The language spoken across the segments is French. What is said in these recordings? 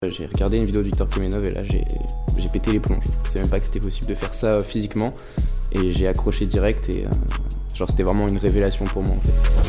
J'ai regardé une vidéo de Victor Kamenov et là j'ai pété les plombs. Je savais même pas que c'était possible de faire ça physiquement et j'ai accroché direct et c'était vraiment une révélation pour moi en fait.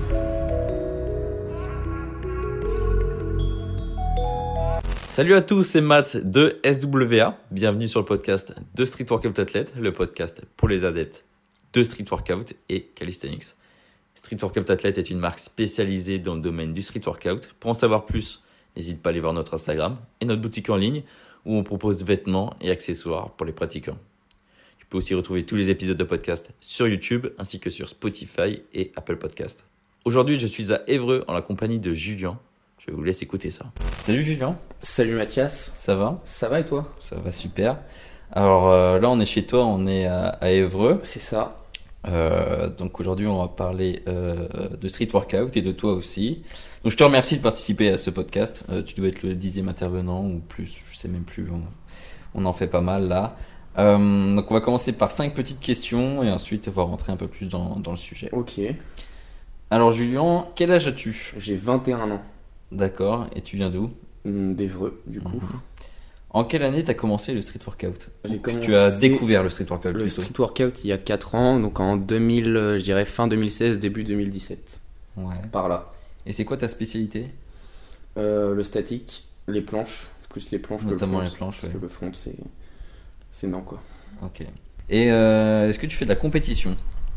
Salut à tous, c'est Mats de SWA. Bienvenue sur le podcast de Street Workout Athlete, le podcast pour les adeptes de Street Workout et Calisthenics. Street Workout Athlete est une marque spécialisée dans le domaine du Street Workout. Pour en savoir plus, n'hésite pas à aller voir notre Instagram et notre boutique en ligne où on propose vêtements et accessoires pour les pratiquants. Tu peux aussi retrouver tous les épisodes de podcast sur YouTube ainsi que sur Spotify et Apple Podcast. Aujourd'hui, je suis à Évreux en la compagnie de Julien. Je vous laisse écouter ça. Salut Julien. Salut Mathias. Ça va ? Ça va et toi ? Ça va super. Alors là, on est chez toi, on est à Évreux. C'est ça. Donc aujourd'hui, on va parler de street workout et de toi aussi. Donc je te remercie de participer à ce podcast. Tu dois être le 10e intervenant ou plus, je sais même plus. On en fait pas mal là. Donc on va commencer par 5 petites questions et ensuite on va rentrer un peu plus dans le sujet. Ok. Alors Julien, quel âge as-tu ? J'ai 21 ans. D'accord. Et tu viens d'où ? D'Évreux, du coup. En quelle année tu as commencé le street workout ? Tu as découvert le street workout le plutôt. street workout il y a 4 ans, donc en 2000, je dirais fin 2016, début 2017. Ouais. Par là. Et c'est quoi ta spécialité ? Le statique, les planches, plus les planches Notamment que le front. les planches, parce ouais. que le front, c'est non quoi. Ok. Et est-ce que tu fais de la compétition ?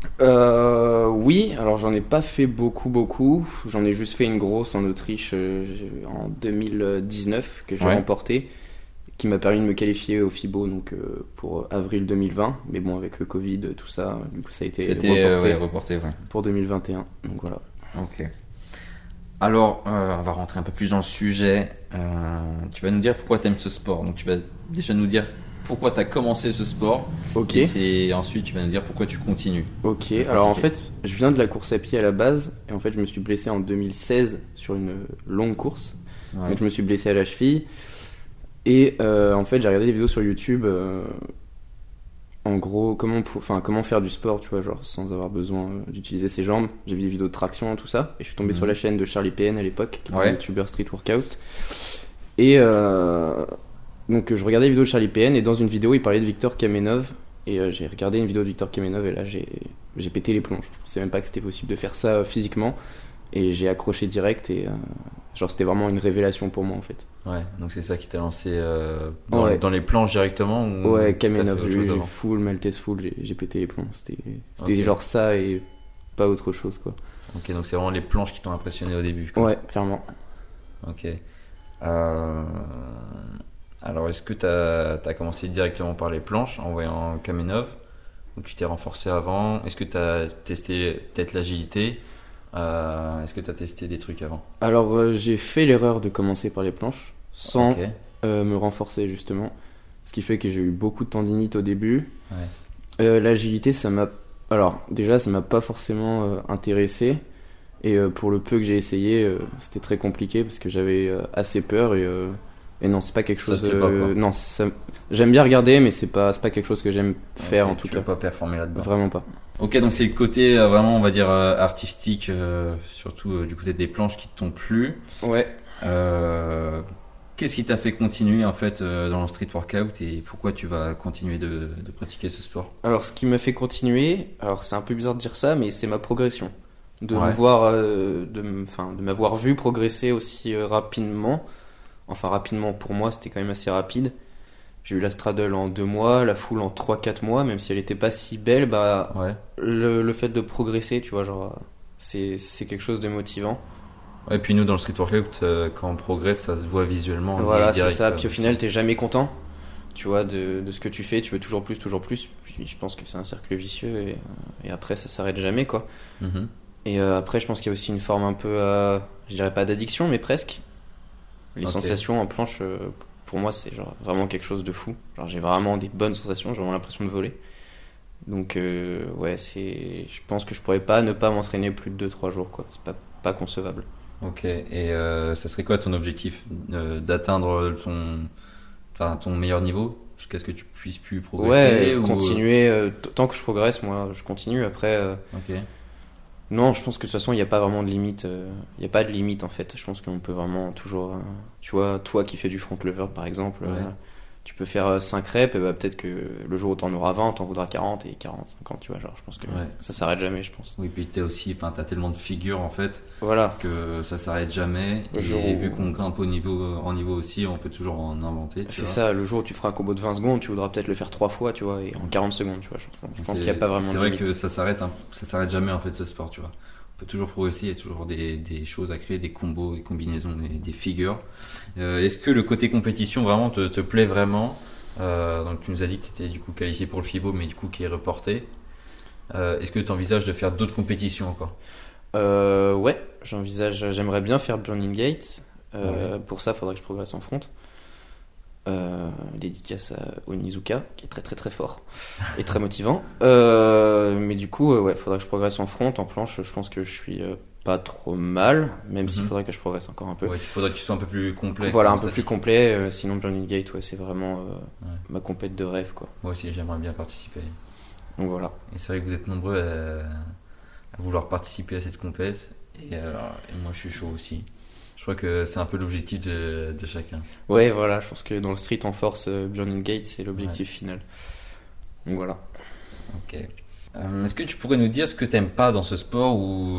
Oui, alors j'en ai pas fait beaucoup. J'en ai juste fait une grosse en Autriche en 2019 que j'ai remporté, qui m'a permis de me qualifier au FIBO donc pour avril 2020. Mais bon, avec le Covid, tout ça, du coup ça a été reporté pour 2021. Donc voilà. Ok. Alors, on va rentrer un peu plus dans le sujet. Tu vas nous dire pourquoi tu aimes ce sport. Donc tu vas déjà nous dire pourquoi tu as commencé ce sport. Ok. Et ensuite, tu vas nous dire pourquoi tu continues. Ok. Alors en fait, je viens de la course à pied à la base. Et en fait, je me suis blessé en 2016 sur une longue course. Ouais. Donc je me suis blessé à la cheville. Et en fait, j'ai regardé des vidéos sur YouTube. En gros, comment faire du sport, tu vois, genre sans avoir besoin d'utiliser ses jambes. J'ai vu des vidéos de traction, tout ça. Et je suis tombé sur la chaîne de Charlie PN à l'époque, qui était un youtubeur street workout. Et donc je regardais les vidéos de Charlie PN et dans une vidéo il parlait de Victor Kamenov et j'ai regardé une vidéo de Victor Kamenov et là j'ai pété les plombs. Je pensais même pas que c'était possible de faire ça physiquement et j'ai accroché direct et c'était vraiment une révélation pour moi en fait. Ouais, donc c'est ça qui t'a lancé dans les planches directement ou ouais, Kamenov, j'ai full, Maltese full, j'ai pété les plombs. C'était genre ça et pas autre chose quoi. Ok, donc c'est vraiment les planches qui t'ont impressionné au début quoi. Ouais, clairement. Ok. Alors, est-ce que tu as commencé directement par les planches en voyant Kamenov ou tu t'es renforcé avant ? Est-ce que tu as testé peut-être l'agilité ? Est-ce que tu as testé des trucs avant ? Alors, j'ai fait l'erreur de commencer par les planches sans me renforcer justement. Ce qui fait que j'ai eu beaucoup de tendinite au début. Ouais. L'agilité, ça m'a pas forcément intéressé. Et pour le peu que j'ai essayé, c'était très compliqué parce que j'avais assez peur et non, c'est pas quelque chose. Non, j'aime bien regarder, mais c'est pas quelque chose que j'aime faire en tout cas. Tu veux pas performer là-dedans. Vraiment pas. Ok, donc c'est le côté vraiment, on va dire artistique, surtout du côté des planches qui t'ont plu. Ouais. Qu'est-ce qui t'a fait continuer en fait dans le street workout et pourquoi tu vas continuer de pratiquer ce sport ? Alors, ce qui m'a fait continuer, alors c'est un peu bizarre de dire ça, mais c'est ma progression, de m'avoir vu progresser aussi rapidement. Enfin, rapidement, pour moi, c'était quand même assez rapide. J'ai eu la straddle en 2 mois, la full en 3-4 mois, même si elle était pas si belle, le fait de progresser, tu vois, genre, c'est quelque chose de motivant. Ouais, et puis nous, dans le street workout, quand on progresse, ça se voit visuellement. Voilà, c'est ça. Puis au final, t'es jamais content, tu vois, de ce que tu fais. Tu veux toujours plus. Puis je pense que c'est un cercle vicieux et après, ça s'arrête jamais, quoi. Mm-hmm. Et après, je pense qu'il y a aussi une forme un peu, je dirais pas d'addiction, mais presque. Les sensations en planche, pour moi, c'est genre vraiment quelque chose de fou. Genre, j'ai vraiment des bonnes sensations, j'ai vraiment l'impression de voler. Donc, je pense que je pourrais pas ne pas m'entraîner plus de 2-3 jours, quoi. C'est pas concevable. Ok, et ça serait quoi ton objectif ? D'atteindre ton meilleur niveau jusqu'à ce que tu puisses plus progresser ? Ouais, continuer. Tant que je progresse, moi, je continue. Après, Non, je pense que de toute façon, il n'y a pas vraiment de limite. Il n'y a pas de limite en fait. Je pense qu'on peut vraiment toujours. Tu vois, toi qui fais du front lever par exemple, Ouais. tu peux faire 5 reps, et bah, peut-être que le jour où t'en auras 20, t'en voudras 40 et 40, 50, tu vois. Genre, je pense que Ouais. ça s'arrête jamais, je pense. Oui, puis t'as tellement de figures en fait Voilà. que ça s'arrête jamais. Le Et jour où- vu qu'on grimpe en niveau aussi, on peut toujours en inventer. Tu C'est vois. ça, le jour où tu feras un combo de 20 secondes, tu voudras peut-être le faire 3 fois, tu vois, et en 40 secondes, tu vois. Je pense qu'il n'y a pas vraiment C'est de vrai limite. que ça s'arrête jamais en fait ce sport, tu vois. On peut toujours progresser, il y a toujours des choses à créer, des combos, des combinaisons, des figures. Est-ce que le côté compétition vraiment te plaît vraiment? Donc tu nous as dit que tu étais du coup qualifié pour le FIBO, mais du coup qui est reporté. Est-ce que tu envisages de faire d'autres compétitions encore? Ouais, j'aimerais bien faire Burning Gate. Pour ça, il faudrait que je progresse en front. Dédicace à Onizuka, qui est très très très fort et très motivant. Mais du coup, ouais, faudrait que je progresse en front. En planche, je pense que je suis pas trop mal, même s'il faudrait que je progresse encore un peu. Ouais, il faudrait que tu sois un peu plus complet. Voilà, un comme peu ça. plus complet. Sinon, Burning Gate, ouais, c'est vraiment Ouais. ma compète de rêve, quoi. Moi aussi, j'aimerais bien participer. Donc voilà. Et c'est vrai que vous êtes nombreux à vouloir participer à cette compète. Et moi, je suis chaud aussi. Je crois que c'est un peu l'objectif de chacun. Ouais, voilà, je pense que dans le street en force, Burning Gate, c'est l'objectif final. Donc voilà. Ok. Est-ce que tu pourrais nous dire ce que t'aimes pas dans ce sport ou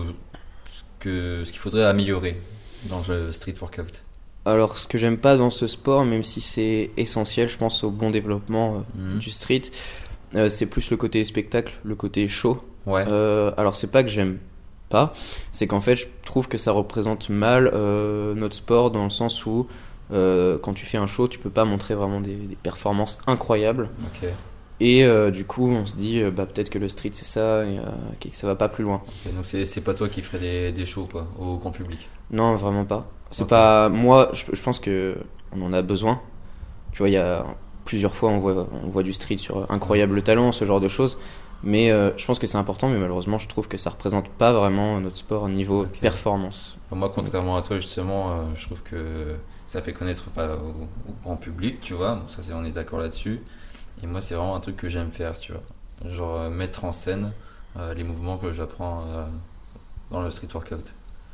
ce qu'il faudrait améliorer dans le street workout? Alors, ce que j'aime pas dans ce sport, même si c'est essentiel, je pense, au bon développement Mhm. du street, c'est plus le côté spectacle, le côté show. Ouais. Alors, c'est pas que j'aime pas, c'est qu'en fait, je trouve que ça représente mal notre sport dans le sens où quand tu fais un show, tu peux pas montrer vraiment des performances incroyables. Ok. Et du coup, on se dit, bah, peut-être que le street c'est ça, et que ça va pas plus loin. Ok, donc c'est pas toi qui ferais des shows quoi, au grand public. Non, vraiment pas. C'est Ok. pas moi. Je pense que on en a besoin. Tu vois, il y a plusieurs fois on voit du street sur incroyable talent, ce genre de choses. Mais je pense que c'est important. Mais malheureusement, je trouve que ça représente pas vraiment notre sport au niveau Ok. performance. Moi, contrairement à toi, justement, je trouve que ça fait connaître au grand public, tu vois. Bon, ça, on est d'accord là-dessus. Et moi, c'est vraiment un truc que j'aime faire, tu vois. Genre mettre en scène les mouvements que j'apprends dans le street workout.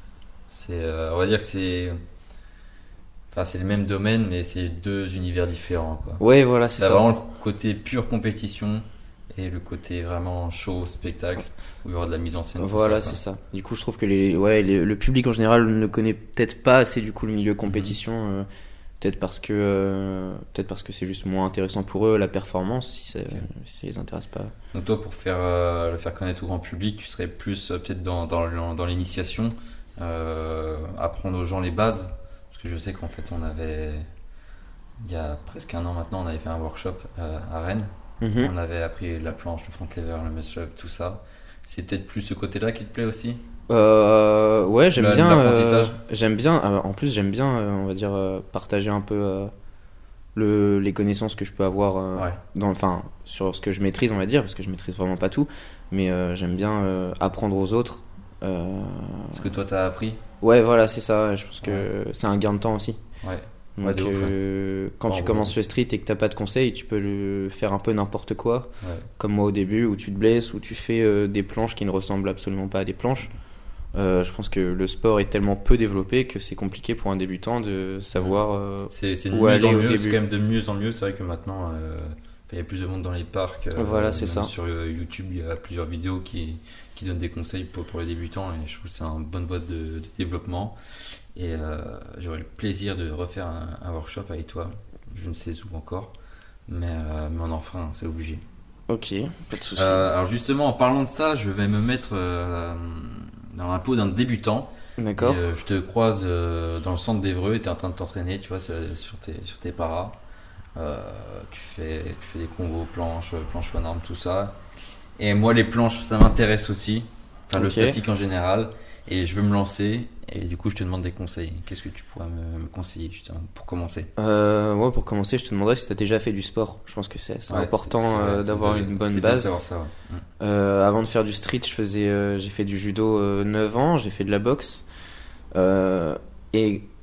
On va dire que c'est le même domaine, mais c'est deux univers différents, quoi. Ouais, voilà, c'est T'as ça. vraiment le côté pure compétition et le côté vraiment show, spectacle, où il y aura de la mise en scène. tout Voilà, ça, c'est ça. Du coup, je trouve que le public en général ne connaît peut-être pas assez du coup le milieu compétition. Peut-être parce que c'est juste moins intéressant pour eux la performance si ça les intéresse pas. Donc toi, pour le faire connaître au grand public, tu serais plus peut-être dans l'initiation, apprendre aux gens les bases. Parce que je sais qu'en fait, il y a presque un an maintenant, on avait fait un workshop à Rennes. Mhm. On avait appris la planche, le front lever, le muscle up, tout ça. C'est peut-être plus ce côté-là qui te plaît aussi? Ouais, j'aime bien. L'apprentissage. J'aime bien. En plus, j'aime bien, on va dire, partager un peu les connaissances que je peux avoir Ouais. enfin, sur ce que je maîtrise, on va dire, parce que je maîtrise vraiment pas tout. Mais j'aime bien apprendre aux autres. Ce que toi, t'as appris? Ouais, voilà, c'est ça. Je pense que c'est un gain de temps aussi. Ouais. Donc, Ouais, de ouf, quand Bon, tu ouais. commences le street et que t'as pas de conseils, tu peux faire un peu n'importe quoi. Ouais. Comme moi au début, où tu te blesses, où tu fais des planches qui ne ressemblent absolument pas à des planches. Je pense que le sport est tellement peu développé que c'est compliqué pour un débutant de savoir C'est de où mieux aller en au mieux, c'est début. quand même de mieux en mieux. C'est vrai que maintenant, il y a plus de monde dans les parcs. Voilà, c'est même ça. Sur YouTube, il y a plusieurs vidéos qui donnent des conseils pour les débutants et je trouve que c'est une bonne voie de développement. Et j'aurais le plaisir de refaire un workshop avec toi. Je ne sais où encore, mais on en fera un, c'est obligé. Ok, pas de soucis. Alors justement, en parlant de ça, je vais me mettre dans la peau d'un débutant. D'accord. Et, je te croise dans le centre d'Évreux et tu es en train de t'entraîner, tu vois, sur tes paras. Tu fais des combos planches one arm, tout ça. Et moi, les planches, ça m'intéresse aussi. Enfin, le Ok. statique en général. Et je veux me lancer. Et du coup, je te demande des conseils. Qu'est-ce que tu pourrais me conseiller justement pour commencer? Ouais, pour commencer, je te demanderais si tu as déjà fait du sport. Je pense que c'est Ouais, important c'est vrai, d'avoir une bonne c'est bien de base. savoir ça, ouais. Avant de faire du street, j'ai fait du judo 9 ans, j'ai fait de la boxe. Et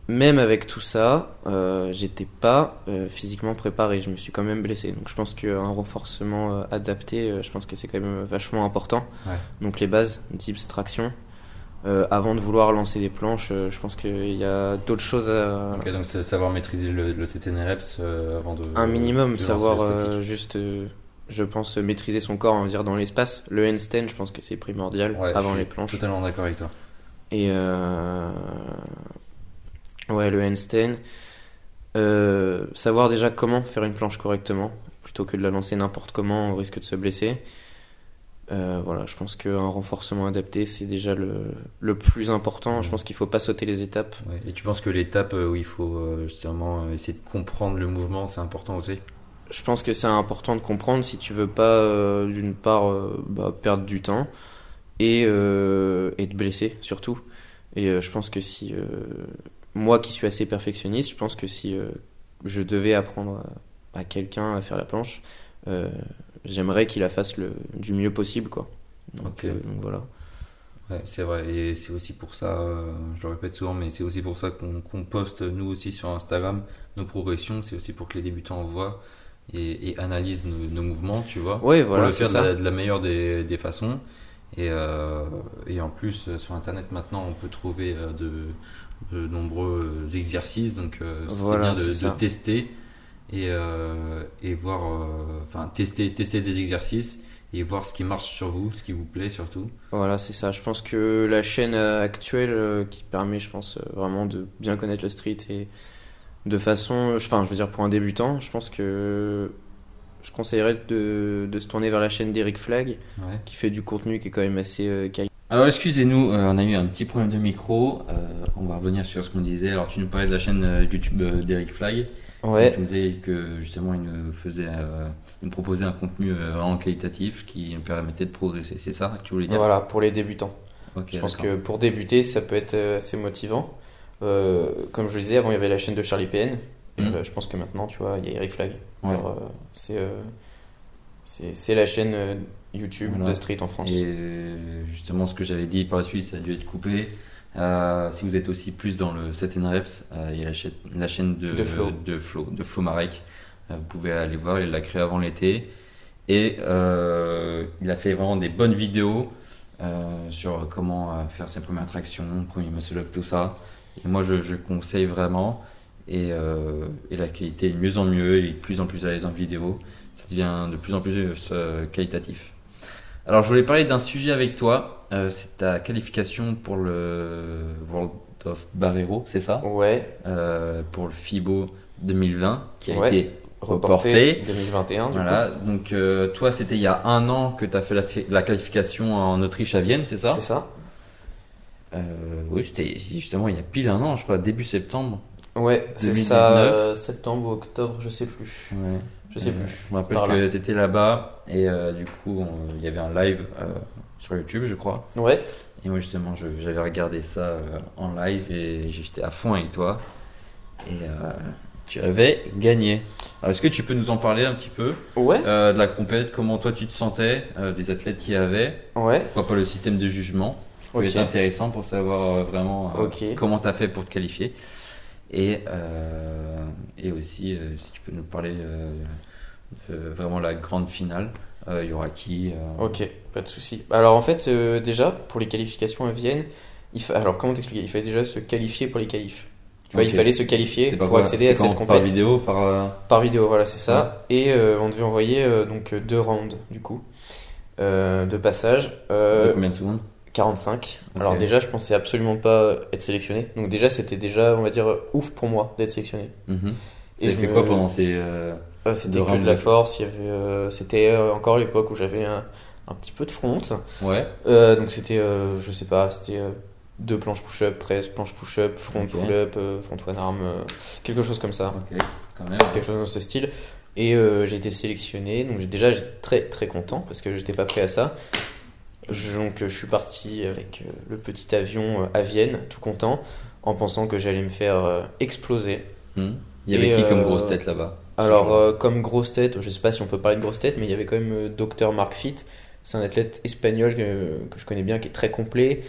même avec tout ça, j'étais pas physiquement préparé. Je me suis quand même blessé. Donc je pense qu'un renforcement adapté, je pense que c'est quand même vachement important. Ouais. Donc les bases, dips, traction. Avant de vouloir lancer des planches, je pense qu'il y a d'autres choses à... Ok, donc c'est savoir maîtriser le CTN reps avant de... Un minimum, de savoir lancer l'esthétique. juste, je pense, maîtriser son corps, on va dire, dans l'espace. Le handstand, je pense que c'est primordial Ouais, avant je suis les planches. totalement d'accord avec toi. Et ouais, le handstand. Savoir déjà comment faire une planche correctement, plutôt que de la lancer n'importe comment au risque de se blesser. Voilà, je pense qu'un renforcement adapté, c'est déjà le plus important. Je pense qu'il faut pas sauter les étapes. Ouais. Et tu penses que l'étape où il faut justement essayer de comprendre le mouvement, c'est important aussi? Je pense que c'est important de comprendre si tu veux pas, d'une part, perdre du temps et te blesser surtout. Et je pense que si moi qui suis assez perfectionniste, je pense que si je devais apprendre à quelqu'un à faire la planche, j'aimerais qu'il la fasse du mieux possible, quoi. Donc, Ok. donc voilà. Ouais, c'est vrai, et c'est aussi pour ça, je le répète souvent, mais c'est aussi pour ça qu'on poste nous aussi sur Instagram nos progressions, c'est aussi pour que les débutants voient et analysent nos mouvements, tu vois, Ouais, pour voilà, le c'est faire ça. de la meilleure des façons. Et en plus, sur Internet maintenant, on peut trouver de nombreux exercices, donc c'est Voilà, bien c'est de ça. tester et voir, enfin tester des exercices et voir ce qui marche sur vous, ce qui vous plaît surtout. Voilà, c'est ça. Je pense que la chaîne actuelle qui permet, je pense, vraiment de bien connaître le street et de façon, enfin, je veux dire, pour un débutant, je pense que je conseillerais de se tourner vers la chaîne d'Eric Flag, Ouais. qui fait du contenu qui est quand même assez quali. Alors excusez-nous, on a eu un petit problème de micro. On va revenir sur ce qu'on disait. Alors tu nous parlais de la chaîne YouTube d'Eric Fly. Ouais, Tu nous disais que justement il nous proposait un contenu vraiment qualitatif qui nous permettait de progresser. C'est ça que tu voulais dire? voilà, pour les débutants. Ok, Je pense d'accord. que pour débuter, ça peut être assez motivant. Comme je le disais, avant il y avait la chaîne de Charlie PN. Et Mm. je pense que maintenant, tu vois, il y a Eric Flag. Ouais. Alors, c'est la chaîne YouTube Voilà. de street en France. Et justement, ce que j'avais dit par la suite, ça a dû être coupé. Si vous êtes aussi plus dans le 7 reps, il y a la chaîne de Flo Marek. Vous pouvez aller voir, il l'a créé avant l'été. Et il a fait vraiment des bonnes vidéos sur comment faire ses premières tractions, premier muscle up, tout ça. Et moi, je conseille vraiment. Et la qualité est de mieux en mieux, il est de plus en plus à l'aise en vidéo. Ça devient de plus en plus qualitatif. Alors, je voulais parler d'un sujet avec toi. C'est ta qualification pour le World of Barrero, c'est ça? Ouais, Pour le FIBO 2020 qui a Ouais. été reporté reporté. 2021 du Voilà, donc toi, c'était il y a un an que tu as fait la qualification en Autriche à Vienne, c'est coup. ça? C'est ça? Oui, c'était justement il y a pile un an, je crois, début septembre. Ouais, c'est 2019. ça, septembre ou octobre, je sais plus. Ouais. Je sais plus. Je me rappelle Par là. que tu étais là-bas et du coup, il y avait un live sur YouTube, je crois. Ouais, Et moi, justement, j'avais regardé ça en live et j'étais à fond avec toi. Et tu avais gagné. Alors, est-ce que tu peux nous en parler un petit peu ouais, de la compète, comment toi tu te sentais, des athlètes qu'il y avait, ouais, pourquoi pas le système de jugement, qui peut ok. être intéressant pour savoir vraiment Ok. comment tu as fait pour te qualifier. Et aussi, si tu peux nous parler de vraiment la grande finale, il y aura qui Ok, pas de souci. Alors en fait, déjà, pour les qualifications à Vienne, alors comment t'expliquer? Il fallait déjà se qualifier pour les qualifs. Tu vois, Ok. il fallait se qualifier C'était pas pour quoi, accéder à c'était cette quand, par compète. vidéo, Par vidéo, voilà, c'est ça. Et on devait envoyer donc 2 rounds, du coup, de passage. de combien de secondes? 45. Ok. Alors déjà, je pensais absolument pas être sélectionné. Donc déjà, c'était déjà, on va dire, ouf pour moi d'être sélectionné. Mhm. Et T'avais je fait me- quoi pendant ces C'était deux que rounds de la de- force. Il y avait, c'était encore l'époque où j'avais un petit peu de front. Ouais, Donc c'était, je sais pas, c'était 2 planches push-up, press, planche push-up, front Ok. pull-up, front one arm, quelque chose comme ça, ok, quand même. quelque chose dans ce style. Et j'ai été sélectionné, donc déjà j'étais très très content parce que j'étais pas prêt à ça. Donc je suis parti avec le petit avion à Vienne, tout content, en pensant que j'allais me faire exploser. Il y avait Et, qui comme grosse tête là-bas? Alors, comme grosse tête, je sais pas si on peut parler de grosse tête, mais il y avait quand même Dr Mark Fit. C'est un athlète espagnol que je connais bien, qui est très complet,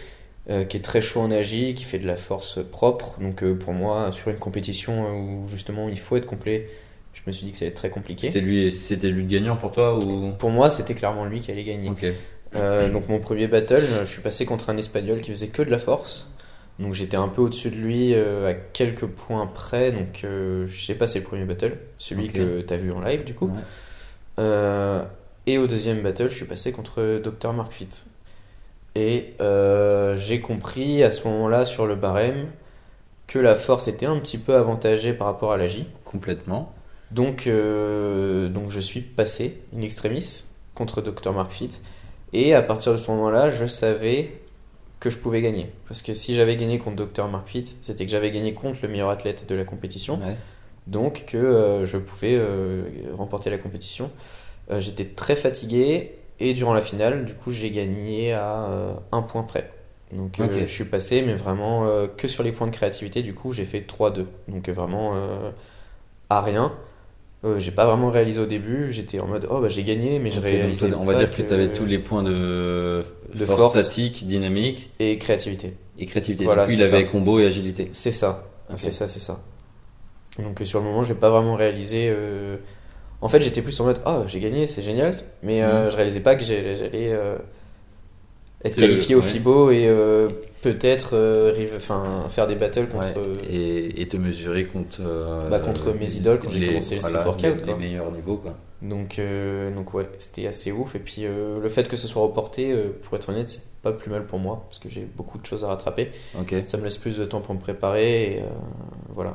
qui est très chaud en agi, qui fait de la force propre. Donc pour moi, sur une compétition où justement il faut être complet, je me suis dit que ça allait être très compliqué. C'était lui le gagnant pour toi ou... Pour moi, c'était clairement lui qui allait gagner. Ok. Donc mon premier battle, je suis passé contre un Espagnol qui faisait que de la force. Donc j'étais un peu au-dessus de lui à quelques points près. Donc j'ai passé le premier battle, celui que tu as vu en live du coup. Ouais. Et au deuxième battle, je suis passé contre Dr. Mark Fit. Et j'ai compris à ce moment-là sur le barème que la force était un petit peu avantagée par rapport à l'agi. Complètement. Donc je suis passé in extremis contre Dr. Mark Fit. Et à partir de ce moment-là, je savais que je pouvais gagner. Parce que si j'avais gagné contre Dr. Mark Fit, c'était que j'avais gagné contre le meilleur athlète de la compétition. Ouais. Donc que je pouvais remporter la compétition. J'étais très fatigué. Et durant la finale, du coup, j'ai gagné à 1 point près. Donc je suis passé, mais vraiment que sur les points de créativité. Du coup, j'ai fait 3-2. Donc vraiment à rien. J'ai pas vraiment réalisé au début. J'étais en mode j'ai gagné, mais je réalisais on va dire que tu avais tous les points de force statique, dynamique et créativité. Voilà, puis il avait combo et agilité. C'est ça. Okay. C'est ça. Donc sur le moment, j'ai pas vraiment réalisé. En fait, j'étais plus en mode j'ai gagné, c'est génial, mais je réalisais pas que j'allais être qualifié au FIBO et peut-être faire des battles contre et te mesurer contre contre mes idoles quand j'ai commencé le street workout, les meilleurs niveaux quoi. Donc ouais, c'était assez ouf. Et puis le fait que ce soit reporté, pour être honnête, c'est pas plus mal pour moi parce que j'ai beaucoup de choses à rattraper. Ça me laisse plus de temps pour me préparer et voilà.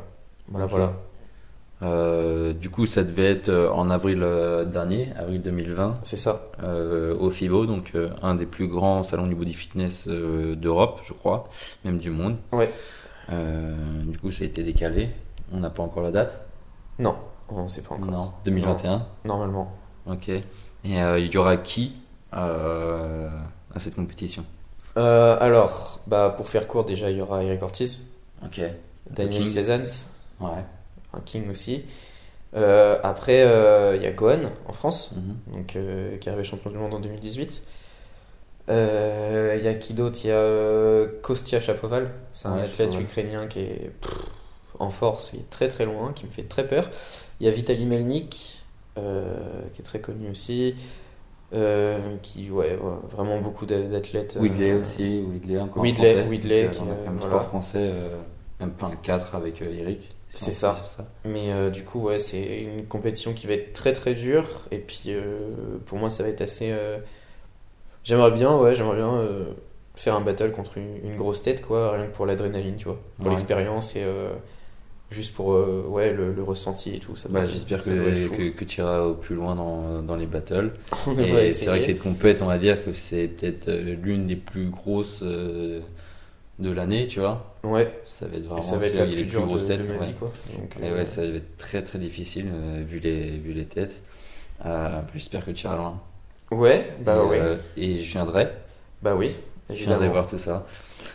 Du coup, ça devait être en avril dernier, avril 2020. C'est ça. Au FIBO, donc un des plus grands salons du body fitness d'Europe, je crois, même du monde. Ouais. Du coup, ça a été décalé. On n'a pas encore la date. Non, on ne sait pas encore. Non, 2021. Non, normalement. Ok. Et il y aura qui à cette compétition? Alors, pour faire court, déjà, il y aura Eric Ortiz. Ok. Daniel Slezans. Ouais. Un King aussi. Après, il y a Gohan en France, donc, qui est arrivé champion du monde en 2018. Il y a qui d'autre? Il y a Kostia Chapoval, c'est un athlète ukrainien qui est en force et très très loin, qui me fait très peur. Il y a Vitaly Melnik, qui est très connu aussi. Vraiment beaucoup d'athlètes. Widley aussi, encore Widley, qui est 3 français, même 4 avec Eric. C'est ça. Mais du coup, c'est une compétition qui va être très très dure. Et puis pour moi, ça va être assez. J'aimerais bien faire un battle contre une grosse tête, quoi, rien que pour l'adrénaline, tu vois, pour l'expérience et juste pour le ressenti et tout. J'espère que tu iras au plus loin dans les battles. Et c'est vrai que cette compète, on va dire que c'est peut-être l'une des plus grosses de l'année, tu vois. Ouais. Ça va être vraiment la plus dure de ma vie, quoi. Donc, ça va être très très difficile vu les têtes. J'espère que tu iras loin. Ouais, et je viendrai. Bah oui, évidemment. Je viendrai voir tout ça.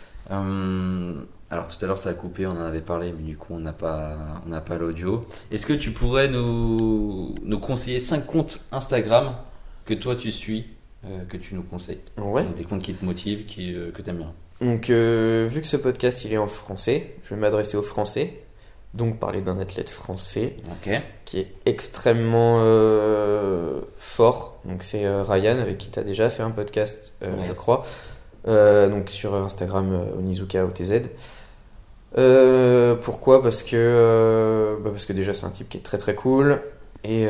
Alors tout à l'heure ça a coupé, on en avait parlé, mais du coup on n'a pas l'audio. Est-ce que tu pourrais nous conseiller 5 comptes Instagram que toi tu suis, que tu nous conseilles? Ouais. Donc, des comptes qui te motivent, que tu aimes bien. Donc vu que ce podcast il est en français, je vais m'adresser aux Français. Donc parler d'un athlète français qui est extrêmement fort. Donc c'est Ryan avec qui tu as déjà fait un podcast, je crois. Donc sur Instagram Onizuka OTZ. Pourquoi? Parce que déjà c'est un type qui est très très cool. Et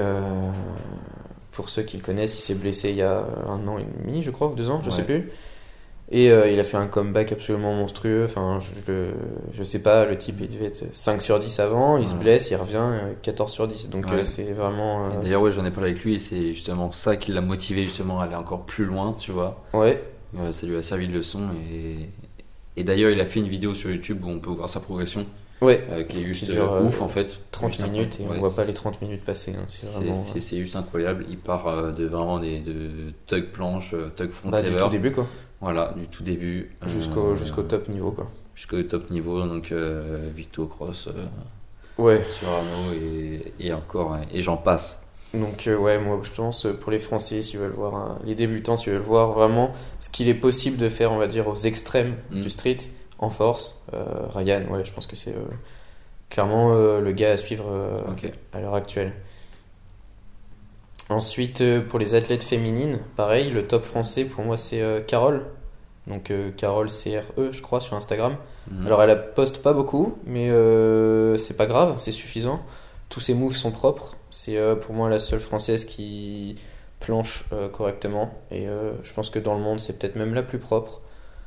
pour ceux qui le connaissent, il s'est blessé il y a 1 an et demi, je crois, ou 2 ans, je sais plus. Et il a fait un comeback absolument monstrueux. Enfin, je sais pas, le type il devait être 5 sur 10 avant, il se blesse, il revient 14 sur 10. Donc c'est vraiment. D'ailleurs, j'en ai parlé avec lui et c'est justement ça qui l'a motivé justement à aller encore plus loin, tu vois. Ouais. Ça lui a servi de leçon et d'ailleurs, il a fait une vidéo sur YouTube où on peut voir sa progression. Ouais. Qui est juste ouf en fait. 30 minutes et on voit pas les 30 minutes passer. Hein, c'est juste incroyable. Il part de tug planche, tug front lever. Du tout début quoi. Voilà, du tout début. Jusqu'au top niveau quoi. Jusqu'au top niveau, donc Victo Cross. Sur Arnaud et encore, et j'en passe. Donc ouais, moi je pense pour les Français, s'ils veulent voir les débutants, s'ils veulent voir vraiment ce qu'il est possible de faire, on va dire, aux extrêmes du street en force, Ryan, ouais, je pense que c'est clairement le gars à suivre à l'heure actuelle. Ensuite, pour les athlètes féminines, pareil, le top français pour moi c'est Carole. Donc Carole CRE, je crois, sur Instagram. Alors elle poste pas beaucoup, mais c'est pas grave, c'est suffisant. Tous ses moves sont propres. C'est pour moi la seule française qui planche correctement. Et je pense que dans le monde, c'est peut-être même la plus propre.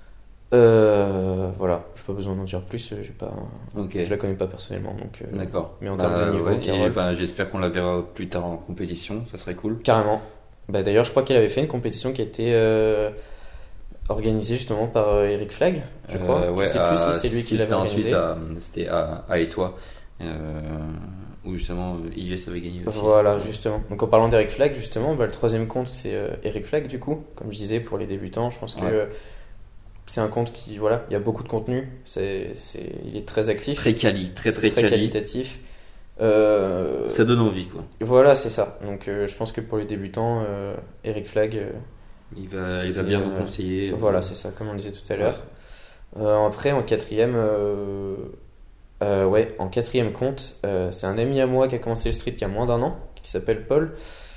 Voilà, je n'ai pas besoin d'en dire plus. Je la connais pas personnellement. Donc, d'accord. Mais en termes de niveau, Carole... j'espère qu'on la verra plus tard en compétition. Ça serait cool. Carrément. D'ailleurs, je crois qu'elle avait fait une compétition qui a été organisée justement par Eric Flag, je crois. Ouais, je sais plus si c'est lui qui l'avait organisé. C'était à Étoile. Où justement Ilyes avait gagné aussi. Voilà, justement. Donc en parlant d'Eric Flag, justement, le troisième compte c'est Eric Flag du coup. Comme je disais, pour les débutants, je pense que c'est un compte qui, voilà, il y a beaucoup de contenu. Il est très actif. Très très qualitatif. Ça donne envie, quoi. Voilà, c'est ça. Donc je pense que pour les débutants, Eric Flag... il va bien vous conseiller. Voilà, c'est ça, comme on le disait tout à l'heure. Après, en quatrième... en quatrième compte, c'est un ami à moi qui a commencé le street il y a moins d'1 an, qui s'appelle Paul.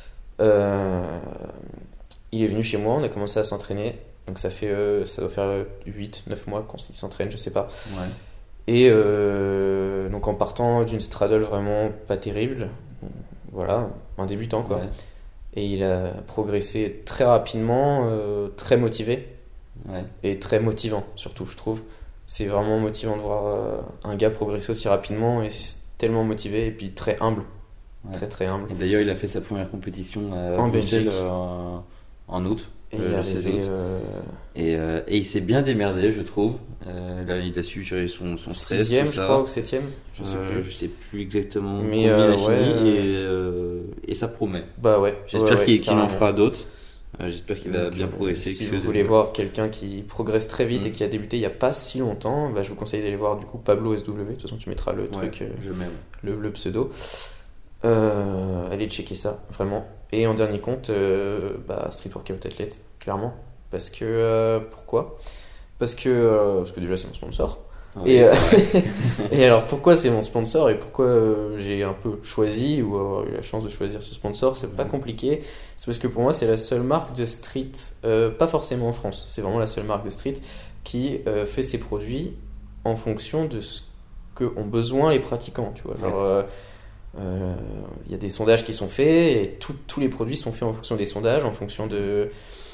Il est venu chez moi, on a commencé à s'entraîner. Donc ça doit faire 8-9 mois qu'on s'entraîne, je sais pas. Ouais. Et donc en partant d'une straddle vraiment pas terrible, voilà, un débutant quoi. Ouais. Et il a progressé très rapidement, très motivé. Ouais. Et très motivant surtout, je trouve. C'est vraiment motivant de voir un gars progresser aussi rapidement et c'est tellement motivé et puis très humble. Ouais. Très très humble. Et d'ailleurs, il a fait sa première compétition en Belgique en août. Et il est arrivé, et il s'est bien démerdé, je trouve. Il a su gérer son stress. 6ème, je crois, ou 7ème, je sais plus exactement mais combien il a fini. Et ça promet. Bah ouais. J'espère qu'il en fera d'autres. J'espère qu'il va bien progresser. Si vous voulez voir quelqu'un qui progresse très vite et qui a débuté il n'y a pas si longtemps, je vous conseille d'aller voir du coup Pablo SW. De toute façon, tu mettras le truc, le pseudo. Allez checker ça, vraiment. Et en dernier compte, Street Workout Athlete, clairement. Parce que pourquoi ? Parce que déjà c'est mon sponsor. Oui, et alors pourquoi c'est mon sponsor et pourquoi j'ai un peu choisi ou avoir eu la chance de choisir ce sponsor, c'est pas compliqué. C'est parce que pour moi c'est la seule marque de street, pas forcément en France, c'est vraiment la seule marque de street qui fait ses produits en fonction de ce que ont besoin les pratiquants, tu vois. Genre y a des sondages qui sont faits et tous les produits sont faits en fonction des sondages, en fonction de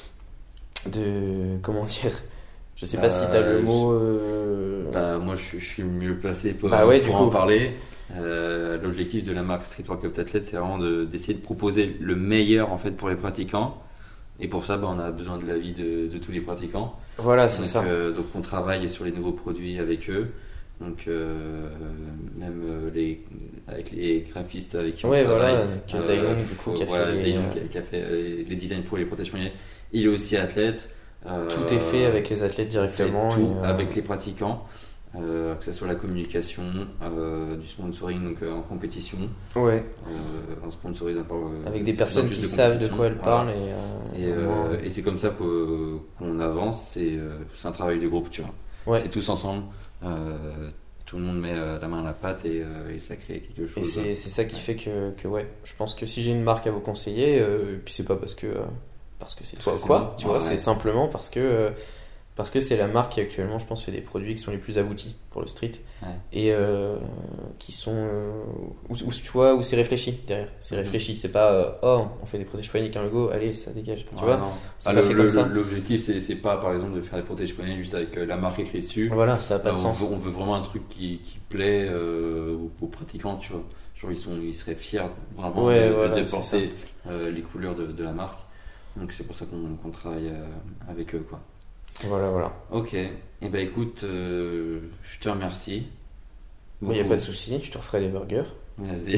comment dire. Je sais pas si t'as le mot. Moi, je suis mieux placé pour en parler. L'objectif de la marque Street Workout Athlete, c'est vraiment d'essayer de proposer le meilleur en fait pour les pratiquants. Et pour ça, on a besoin de l'avis de tous les pratiquants. Voilà, c'est ça. Donc, on travaille sur les nouveaux produits avec eux. Donc, même avec les graphistes avec qui on travaille. Dailong, du coup, qui a fait les designs pour les protèges poignets. Il est aussi athlète. Tout est fait avec les athlètes directement. Avec les pratiquants, que ce soit la communication, du sponsoring donc, en compétition. Ouais. On sponsorise encore. Avec des personnes qui savent de quoi elles parlent. Et c'est comme ça qu'on avance. C'est un travail de groupe, tu vois. Ouais. C'est tous ensemble. Tout le monde met la main à la pâte et ça crée quelque chose. Et c'est ça qui fait que ouais, je pense que si j'ai une marque à vous conseiller, et puis c'est pas parce que c'est toi ou quoi, tu vois, c'est simplement parce que c'est la marque qui actuellement, je pense, fait des produits qui sont les plus aboutis pour le street et qui sont où tu vois, où c'est réfléchi derrière, c'est réfléchi, c'est pas on fait des protèges poignets avec un logo, allez ça dégage, tu vois. C'est pas fait comme ça. L'objectif c'est pas par exemple de faire des protèges poignets juste avec la marque écrite dessus. Voilà, ça a pas de sens. On veut vraiment un truc qui plaît aux pratiquants, tu vois. Genre ils seraient fiers vraiment de porter les couleurs de la marque. Donc c'est pour ça qu'on travaille avec eux, quoi. Voilà. Ok. Et écoute, je te remercie. Il n'y a pas de souci, je te referai des burgers. Vas-y.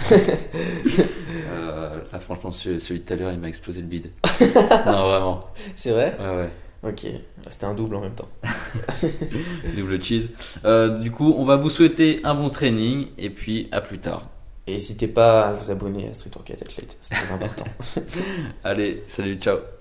Là franchement celui de tout à l'heure il m'a explosé le bide. Non vraiment. C'est vrai ? Ouais. Ok, c'était un double en même temps. Double cheese. Du coup on va vous souhaiter un bon training et puis à plus tard. Et n'hésitez pas à vous abonner à Street Workout Athlete, c'est très important. Allez, salut, ciao.